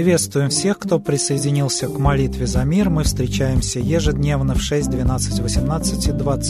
Приветствуем всех, кто присоединился к молитве за мир. Мы встречаемся ежедневно в 6, 12, 18 и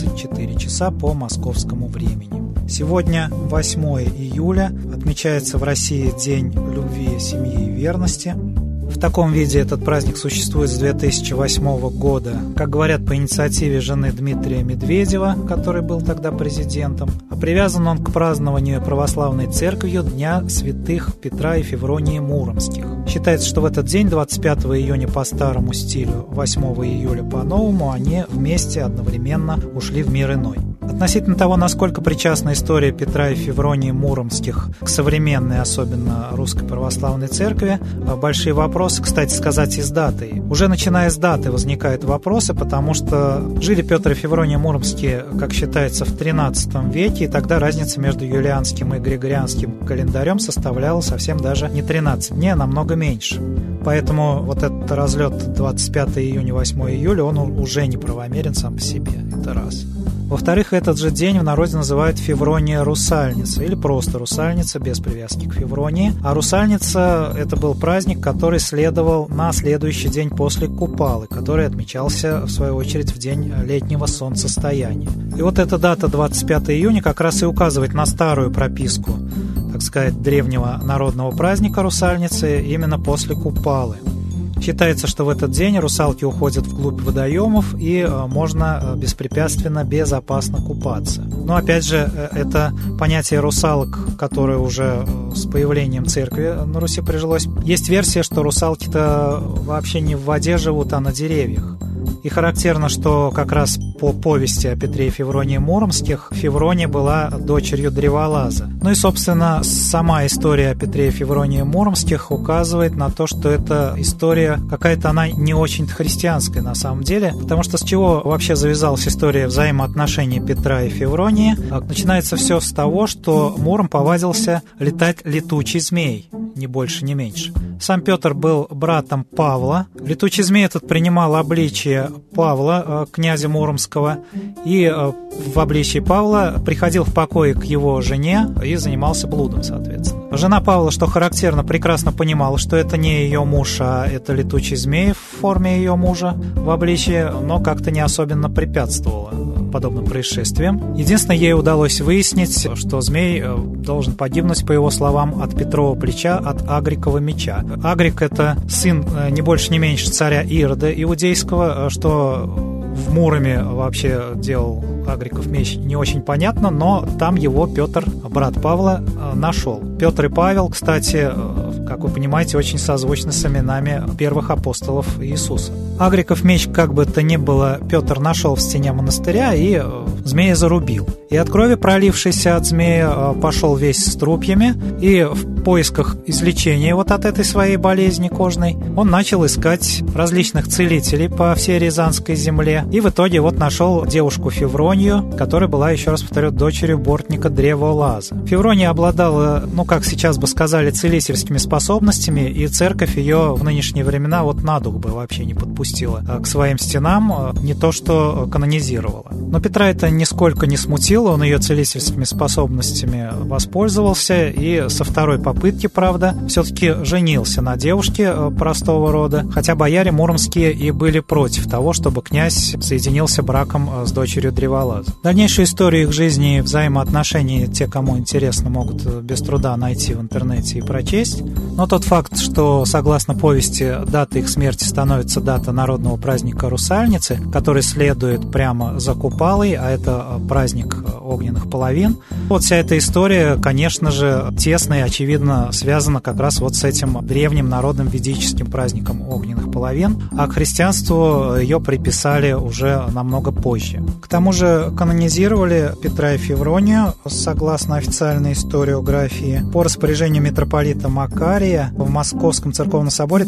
24 часа по московскому времени. Сегодня 8 июля, отмечается в России День любви, семьи и верности. В таком виде этот праздник существует с 2008 года, как говорят, по инициативе жены Дмитрия Медведева, который был тогда президентом. А привязан он к празднованию православной церковью Дня святых Петра и Февронии Муромских. Считается, что в этот день, 25 июня по старому стилю, 8 июля по новому, они вместе одновременно ушли в мир иной. Относительно того, насколько причастна история Петра и Февронии Муромских к современной, особенно русской православной церкви, большие вопросы, кстати сказать, и с датой. Уже начиная с даты возникают вопросы, потому что жили Петр и Феврония Муромские, как считается, в XIII веке, и тогда разница между юлианским и григорианским календарем составляла совсем даже не 13 дней, а намного меньше. Поэтому вот этот разлет 25 июня, 8 июля, он уже неправомерен сам по себе. Это раз. Во-вторых, этот же день в народе называют Феврония Русальница, или просто Русальница, без привязки к Февронии. А Русальница – это был праздник, который следовал на следующий день после Купалы, который отмечался, в свою очередь, в день летнего солнцестояния. И вот эта дата, 25 июня, как раз и указывает на старую прописку, так сказать, древнего народного праздника Русальницы именно после Купалы. Считается, что в этот день русалки уходят вглубь водоемов и можно беспрепятственно, безопасно купаться. Но опять же, это понятие русалок, которое уже с появлением церкви на Руси прижилось. Есть версия, что русалки-то вообще не в воде живут, а на деревьях. И характерно, что как раз по повести о Петре и Февронии Муромских Феврония была дочерью древолаза. Ну и, собственно, сама история о Петре и Февронии Муромских указывает на то, что эта история какая-то, она не очень христианская на самом деле, потому что с чего вообще завязалась история взаимоотношений Петра и Февронии? Начинается все с того, что Муром повадился летать летучий змей, ни больше, ни меньше. Сам Петр был братом Павла. Летучий змей этот принимал обличие Павла, князя Муромского, и в обличии Павла приходил в покой к его жене и занимался блудом, соответственно. Жена Павла, что характерно, прекрасно понимала, что это не ее муж, а это летучий змей в форме ее мужа в обличии, но как-то не особенно препятствовала подобным происшествиям. Единственное, ей удалось выяснить, что змей должен погибнуть, по его словам, от Петрова плеча, от Агрикова меча. Агрик – это сын, не больше, не меньше, царя Ирода иудейского, что в Муроме вообще делал Агриков меч, не очень понятно, но там его Петр, брат Павла, нашел. Петр и Павел, кстати, как вы понимаете, очень созвучны с именами первых апостолов Иисуса. Агриков меч, как бы то ни было, Петр нашел в стене монастыря и змея зарубил. И от крови, пролившейся от змея, пошел весь с трупьями, и в поисках излечения вот от этой своей болезни кожной он начал искать различных целителей по всей Рязанской земле, и в итоге вот нашел девушку Февронию, которая была, еще раз повторю, дочерью бортника Древолаза. Феврония обладала, как сейчас бы сказали, целительскими способностями, и церковь ее в нынешние времена вот на дух бы вообще не подпустила к своим стенам, не то что канонизировала. Но Петра это нисколько не смутило, он ее целительскими способностями воспользовался, и со второй попытки, правда, все-таки женился на девушке простого рода, хотя бояре муромские и были против того, чтобы князь соединился браком с дочерью Древолаза. Дальнейшую историю их жизни и взаимоотношений те, кому интересно, могут без труда найти в интернете и прочесть. Но тот факт, что, согласно повести, дата их смерти становится дата народного праздника Русальницы, который следует прямо за Купалой, а это праздник огненных половин. Вот вся эта история, конечно же, тесно и очевидно связана как раз вот с этим древним народным ведическим праздником огненных половин, а к христианству ее приписали уже намного позже. К тому же канонизировали Петра и Февронию, согласно официальной историографии, по распоряжению митрополита Макария в Московском церковном соборе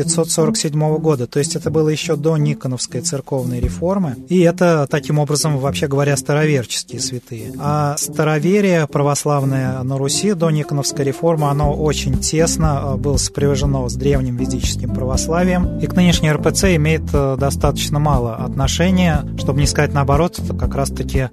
1547 года. То есть это было еще до Никоновской церковной реформы. И это, таким образом, вообще говоря, староверческие святые. А староверие православное на Руси до Никоновской реформы, оно очень тесно было сопряжено с древним ведическим православием. И к нынешней РПЦ имеет достаточно мало отношения, чтобы не сказать наоборот, это как раз-таки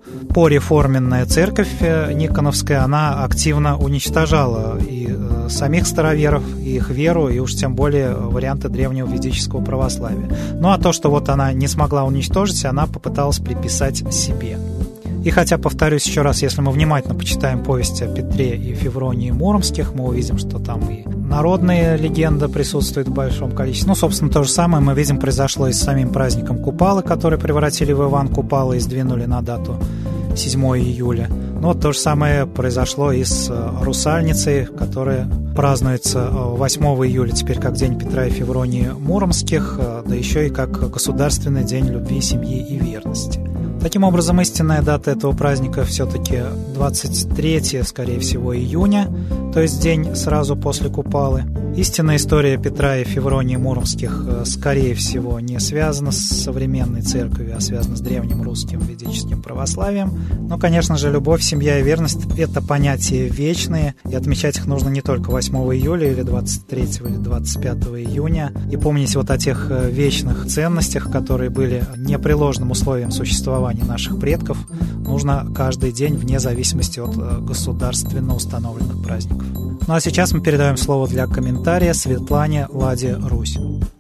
пореформенная церковь Никоновская, она активно уничтожала и самих староверцев, тамплиеров и их веру, и уж тем более варианты древнего ведического православия. Ну а то, что вот она не смогла уничтожить, она попыталась приписать себе. И хотя, повторюсь еще раз, если мы внимательно почитаем повести о Петре и Февронии Муромских, мы увидим, что там и народная легенда присутствует в большом количестве. Ну, собственно, то же самое мы видим произошло и с самим праздником Купалы, который превратили в Иван Купала и сдвинули на дату 7 июля. Ну, вот то же самое произошло и с Русальницей, которая празднуется 8 июля теперь как День Петра и Февронии Муромских, да еще и как Государственный день любви, семьи и верности. Таким образом, истинная дата этого праздника все-таки 23, скорее всего, июня, то есть день сразу после Купалы. Истинная история Петра и Февронии Муромских, скорее всего, не связана с современной церковью, а связана с древним русским ведическим православием. Но, конечно же, любовь, семья и верность – это понятия вечные, и отмечать их нужно не только 8 июля или 23 или 25 июня. И помнить вот о тех вечных ценностях, которые были непреложным условием существования наших предков, нужно каждый день вне зависимости от государственно установленных праздников. Ну а сейчас мы передаем слово для комментария Светлане Ладе Русь.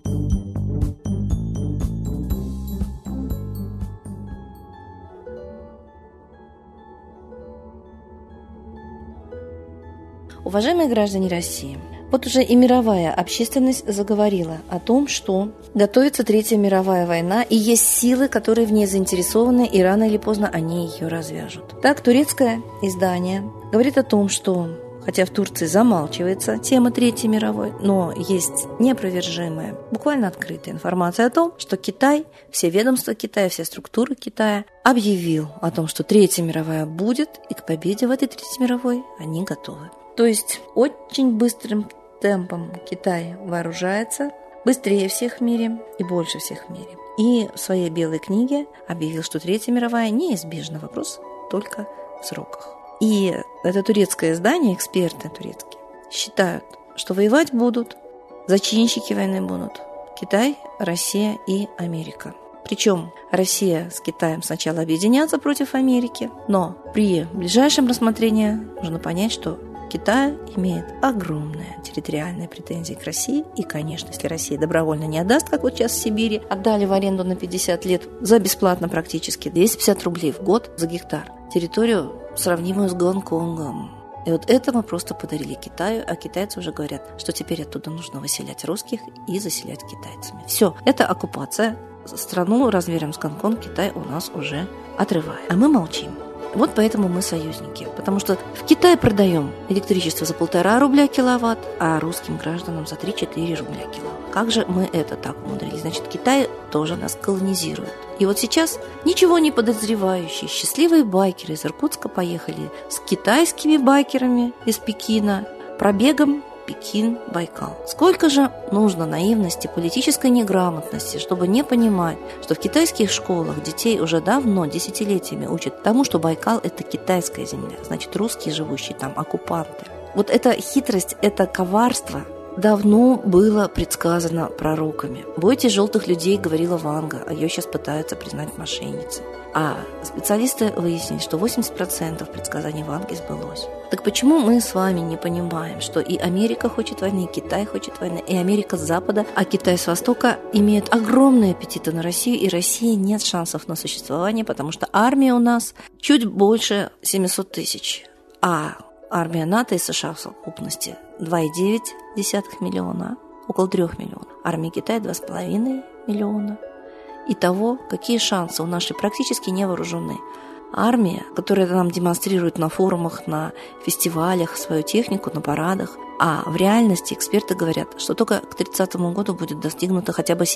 Уважаемые граждане России, вот уже и мировая общественность заговорила о том, что готовится Третья мировая война, и есть силы, которые в ней заинтересованы, и рано или поздно они ее развяжут. Так, турецкое издание говорит о том, что, хотя в Турции замалчивается тема Третьей мировой, но есть неопровержимая, буквально открытая информация о том, что Китай, все ведомства Китая, все структуры Китая объявил о том, что Третья мировая будет, и к победе в этой Третьей мировой они готовы. То есть очень быстрым темпом Китай вооружается, быстрее всех в мире и больше всех в мире. И в своей белой книге объявил, что Третья мировая неизбежна, вопрос только в сроках. И это турецкое издание, эксперты турецкие, считают, что воевать будут, зачинщики войны будут Китай, Россия и Америка. Причем Россия с Китаем сначала объединятся против Америки, но при ближайшем рассмотрении нужно понять, что Китай имеет огромные территориальные претензии к России. И, конечно, если Россия добровольно не отдаст, как вот сейчас в Сибири, отдали в аренду на 50 лет за бесплатно практически 250 рублей в год за гектар, территорию, сравнимую с Гонконгом. И вот это мы просто подарили Китаю, а китайцы уже говорят, что теперь оттуда нужно выселять русских и заселять китайцами. Все, это оккупация. Страну размером с Гонконг Китай у нас уже отрывает. А мы молчим. Вот поэтому мы союзники, потому что в Китае продаем электричество за 1,5 рубля киловатт, а русским гражданам за 3-4 рубля киловатт. Как же мы это так умудрились? Значит, Китай тоже нас колонизирует. И вот сейчас ничего не подозревающие счастливые байкеры из Иркутска поехали с китайскими байкерами из Пекина пробегом Пекин-Байкал. Сколько же нужно наивности, политической неграмотности, чтобы не понимать, что в китайских школах детей уже давно, десятилетиями учат тому, что Байкал – это китайская земля, значит, русские, живущие там, оккупанты. Вот эта хитрость, это коварство давно было предсказано пророками. «Бойтесь желтых людей», говорила Ванга, а ее сейчас пытаются признать мошенницей. А специалисты выяснили, что 80% предсказаний Ванги сбылось. Так почему мы с вами не понимаем, что и Америка хочет войны, и Китай хочет войны, и Америка с запада, а Китай с востока имеют огромные аппетиты на Россию, и России нет шансов на существование, потому что армия у нас чуть больше 700 тысяч, а армия НАТО и США в совокупности 2,9 миллиона, около 3 миллионов. Армия Китая 2,5 миллиона. Итого, какие шансы у нашей практически невооруженной армии, которая нам демонстрирует на форумах, на фестивалях свою технику, на парадах. А в реальности эксперты говорят, что только к 30 году будет достигнуто хотя бы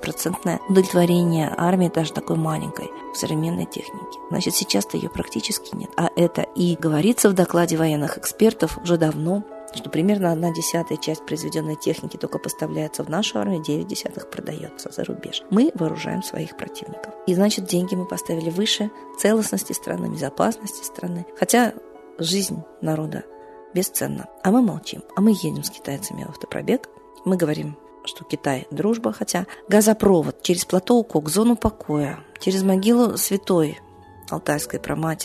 70% удовлетворение армии, даже такой маленькой, в современной технике. Значит, сейчас-то ее практически нет. А это и говорится в докладе военных экспертов уже давно, что примерно 1/10 часть произведенной техники только поставляется в нашу армию, 9/10 продается за рубеж. Мы вооружаем своих противников. И значит, деньги мы поставили выше целостности страны, безопасности страны. Хотя жизнь народа бесценна. А мы молчим. А мы едем с китайцами в автопробег. Мы говорим, что Китай – дружба, хотя газопровод через плато Укок, зону покоя, через могилу святой Алтайской праматери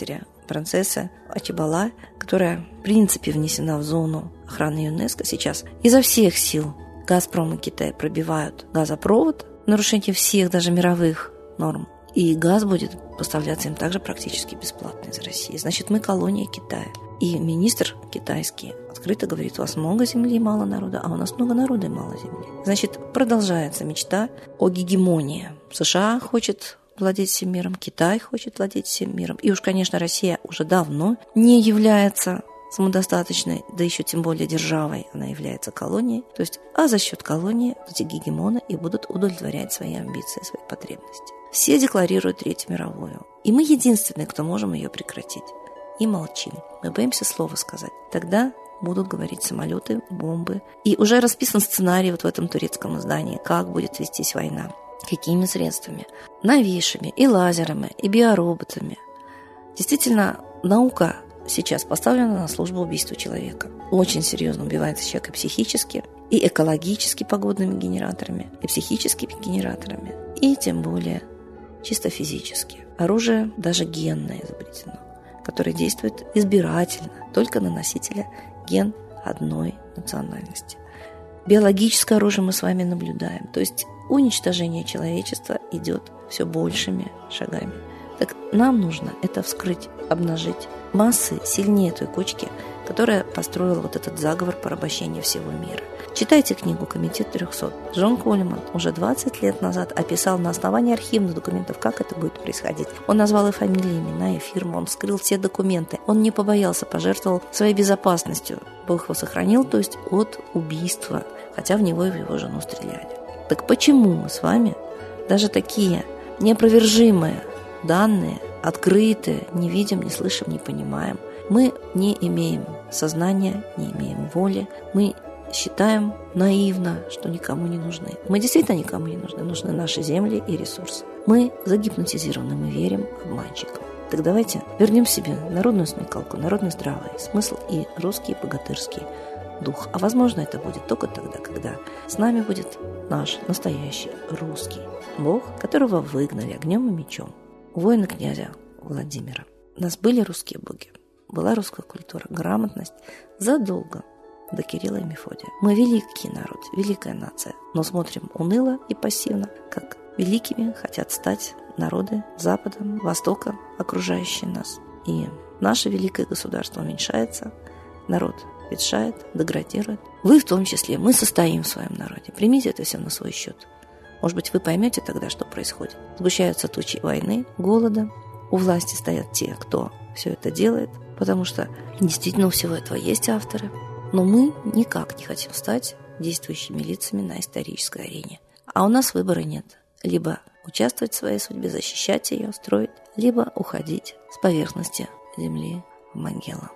принцесса Ачибала, которая в принципе внесена в зону охраны ЮНЕСКО сейчас, изо всех сил «Газпром» и Китай пробивают газопровод, нарушение всех даже мировых норм, и газ будет поставляться им также практически бесплатно из России. Значит, мы колония Китая. И министр китайский открыто говорит: у вас много земли и мало народа, а у нас много народа и мало земли. Значит, продолжается мечта о гегемонии. США хочет владеть всем миром, Китай хочет владеть всем миром. И уж, конечно, Россия уже давно не является самодостаточной, да еще тем более державой, она является колонией. То есть, а за счет колонии эти гегемоны и будут удовлетворять свои амбиции, свои потребности. Все декларируют Третью мировую. И мы единственные, кто можем ее прекратить. И молчим. Мы боимся слова сказать. Тогда будут говорить самолеты, бомбы. И уже расписан сценарий вот в этом турецком издании, как будет вестись война, какими средствами. Новейшими, и лазерами, и биороботами. Действительно, наука сейчас поставлена на службу убийству человека. Очень серьезно убивается человек и психически, и экологически погодными генераторами, и психическими генераторами, и тем более чисто физически. Оружие даже генное изобретено, которое действует избирательно только на носителя ген одной национальности. Биологическое оружие мы с вами наблюдаем. То есть уничтожение человечества идет все большими шагами. Так нам нужно это вскрыть, обнажить. Массы сильнее той кучки, которая построила вот этот заговор порабощения всего мира. Читайте книгу «Комитет 300». Джон Коллиман уже 20 лет назад описал на основании архивных документов, как это будет происходить. Он назвал и фамилии, имена, и фирмы, он вскрыл все документы. Он не побоялся, пожертвовал своей безопасностью. Бог его сохранил, то есть от убийства, хотя в него и в его жену стреляли. Так почему мы с вами даже такие неопровержимые данные, открытые, не видим, не слышим, не понимаем? Мы не имеем сознания, не имеем воли, мы считаем наивно, что никому не нужны. Мы действительно никому не нужны. Нужны наши земли и ресурсы. Мы загипнотизированы, мы верим обманщикам. Так давайте вернем себе народную смекалку, народный здравый смысл и русский богатырский дух. А возможно, это будет только тогда, когда с нами будет наш настоящий русский Бог, которого выгнали огнем и мечом воины князя Владимира. У нас были русские боги, была русская культура, грамотность задолго до Кирилла и Мефодия. Мы великий народ, великая нация, но смотрим уныло и пассивно, как великими хотят стать народы Запада, Востока, окружающие нас. И наше великое государство уменьшается, народ ветшает, деградирует. Вы в том числе, мы состоим в своем народе. Примите это все на свой счет. Может быть, вы поймете тогда, что происходит. Сгущаются тучи войны, голода. У власти стоят те, кто все это делает, потому что действительно у всего этого есть авторы. Но мы никак не хотим стать действующими лицами на исторической арене. А у нас выбора нет. Либо участвовать в своей судьбе, защищать ее, строить, либо уходить с поверхности земли в могилу.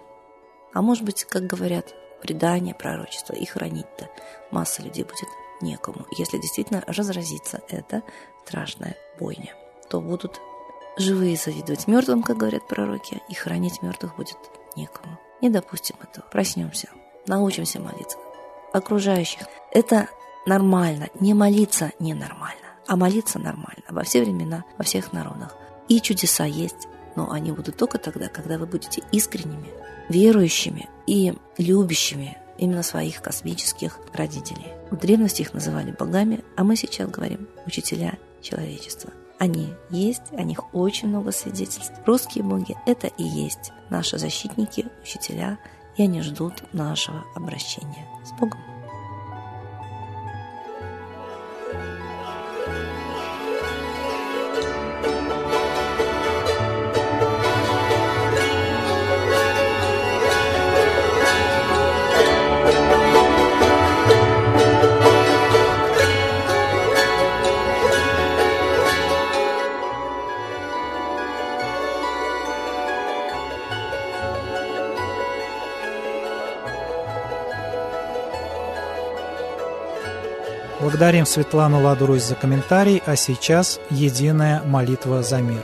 А может быть, как говорят, предание, пророчество, и хранить-то масса людей будет некому. Если действительно разразится эта страшная бойня, то будут живые завидовать мертвым, как говорят пророки, и хранить мертвых будет некому. Не допустим этого. Проснемся. Научимся молиться окружающих. Это нормально. Не молиться ненормально, а молиться нормально. Во все времена, во всех народах. И чудеса есть, но они будут только тогда, когда вы будете искренними, верующими и любящими именно своих космических родителей. В древности их называли богами, а мы сейчас говорим учителя человечества. Они есть, о них очень много свидетельств. Русские боги – это и есть наши защитники, учителя, и они ждут нашего обращения. С Богом! Благодарим Светлану Ладу-Русь за комментарий, а сейчас единая молитва за мир.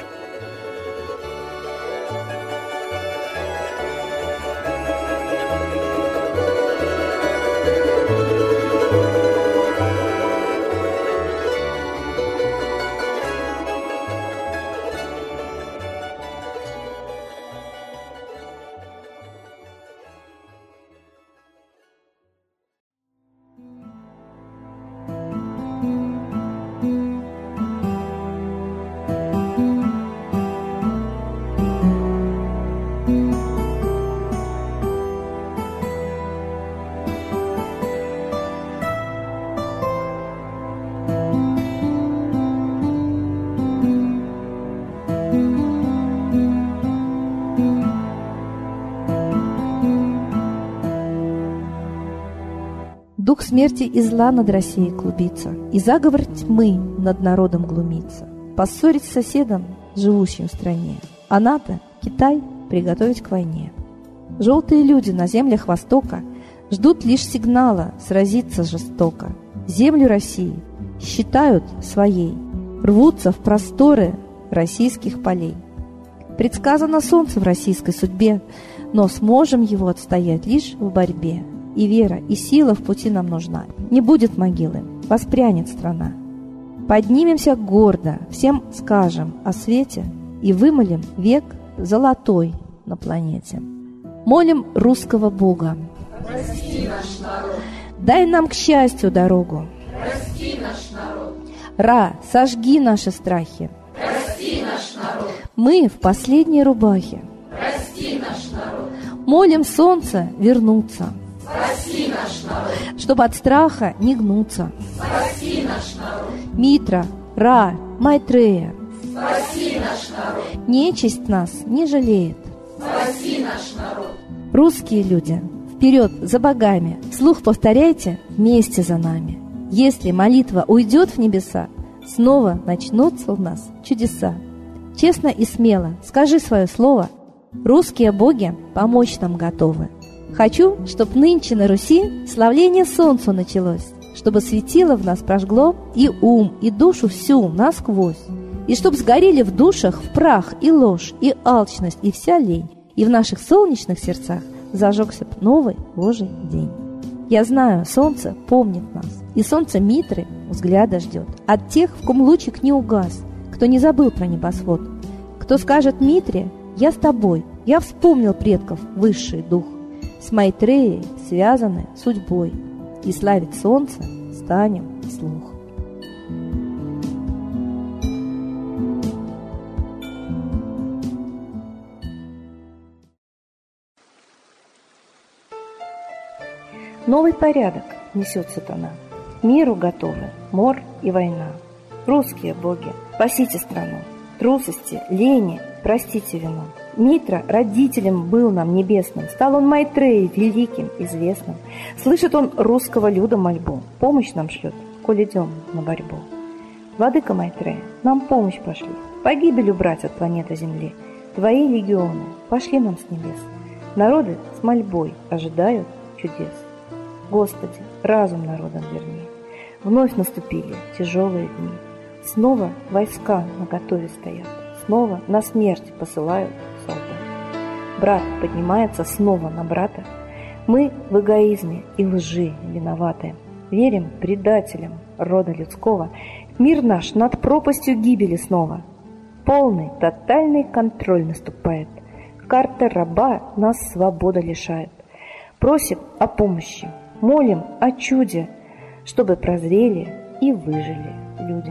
Дух смерти и зла над Россией клубится, и заговор тьмы над народом глумится. Поссорить с соседом, живущим в стране, а НАТО, Китай приготовить к войне. Желтые люди на землях Востока ждут лишь сигнала сразиться жестоко. Землю России считают своей, рвутся в просторы российских полей. Предсказано солнце в российской судьбе, но сможем его отстоять лишь в борьбе. И вера, и сила в пути нам нужна. Не будет могилы, воспрянет страна. Поднимемся гордо, всем скажем о свете и вымолим век золотой на планете. Молим русского Бога. Прости наш народ. Дай нам к счастью дорогу. Прости наш народ. Ра, сожги наши страхи. Прости наш народ. Мы в последней рубахе. Прости наш народ. Молим солнце вернуться. Спаси наш народ. Чтобы от страха не гнуться. Спаси наш народ. Митра, Ра, Майтрея. Спаси наш народ. Нечисть нас не жалеет. Спаси наш народ. Русские люди, вперед за богами. Вслух повторяйте вместе за нами. Если молитва уйдет в небеса, снова начнутся у нас чудеса. Честно и смело скажи свое слово. Русские боги помочь нам готовы. Хочу, чтоб нынче на Руси славление солнцу началось, чтобы светило в нас прожгло и ум, и душу всю насквозь, и чтоб сгорели в душах в прах и ложь, и алчность, и вся лень, и в наших солнечных сердцах зажегся б новый Божий день. Я знаю, солнце помнит нас, и солнце Митры взгляда ждет от тех, в ком лучик не угас, кто не забыл про небосвод, кто скажет Митре: «Я с тобой, я вспомнил предков высший дух». С Майтреей связаны судьбой, и славить солнце станем вслух. Новый порядок несет сатана. Миру готовы мор и война. Русские боги, спасите страну. Трусости, лени, простите вину. Митра родителем был нам небесным, стал он Майтреей великим, известным. Слышит он русского люда мольбу, помощь нам шлет, коль идем на борьбу. Владыка Майтрея, нам помощь пошли, погибель убрать от планеты Земли. Твои легионы пошли нам с небес, народы с мольбой ожидают чудес. Господи, разум народам верни, вновь наступили тяжелые дни. Снова войска наготове стоят, снова на смерть посылают солдат. Брат поднимается снова на брата. Мы в эгоизме и лжи виноваты. Верим предателям рода людского. Мир наш над пропастью гибели снова. Полный, тотальный контроль наступает. Карта раба нас свобода лишает. Просим о помощи, молим о чуде, чтобы прозрели и выжили люди.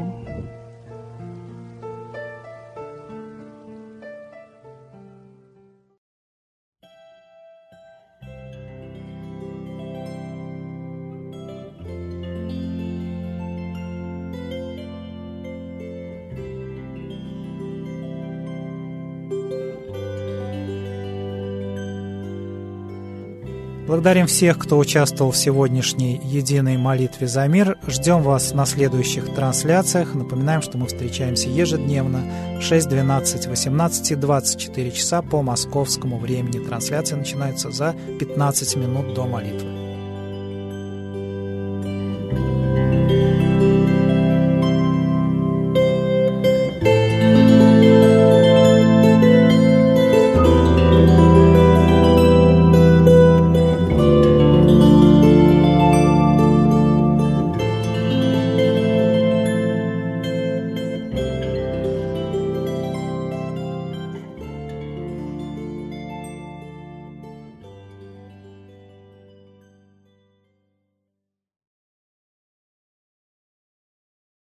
Благодарим всех, кто участвовал в сегодняшней единой молитве за мир. Ждем вас на следующих трансляциях. Напоминаем, что мы встречаемся ежедневно в 6, 12, 18 и 24 часа по московскому времени. Трансляция начинается за 15 минут до молитвы.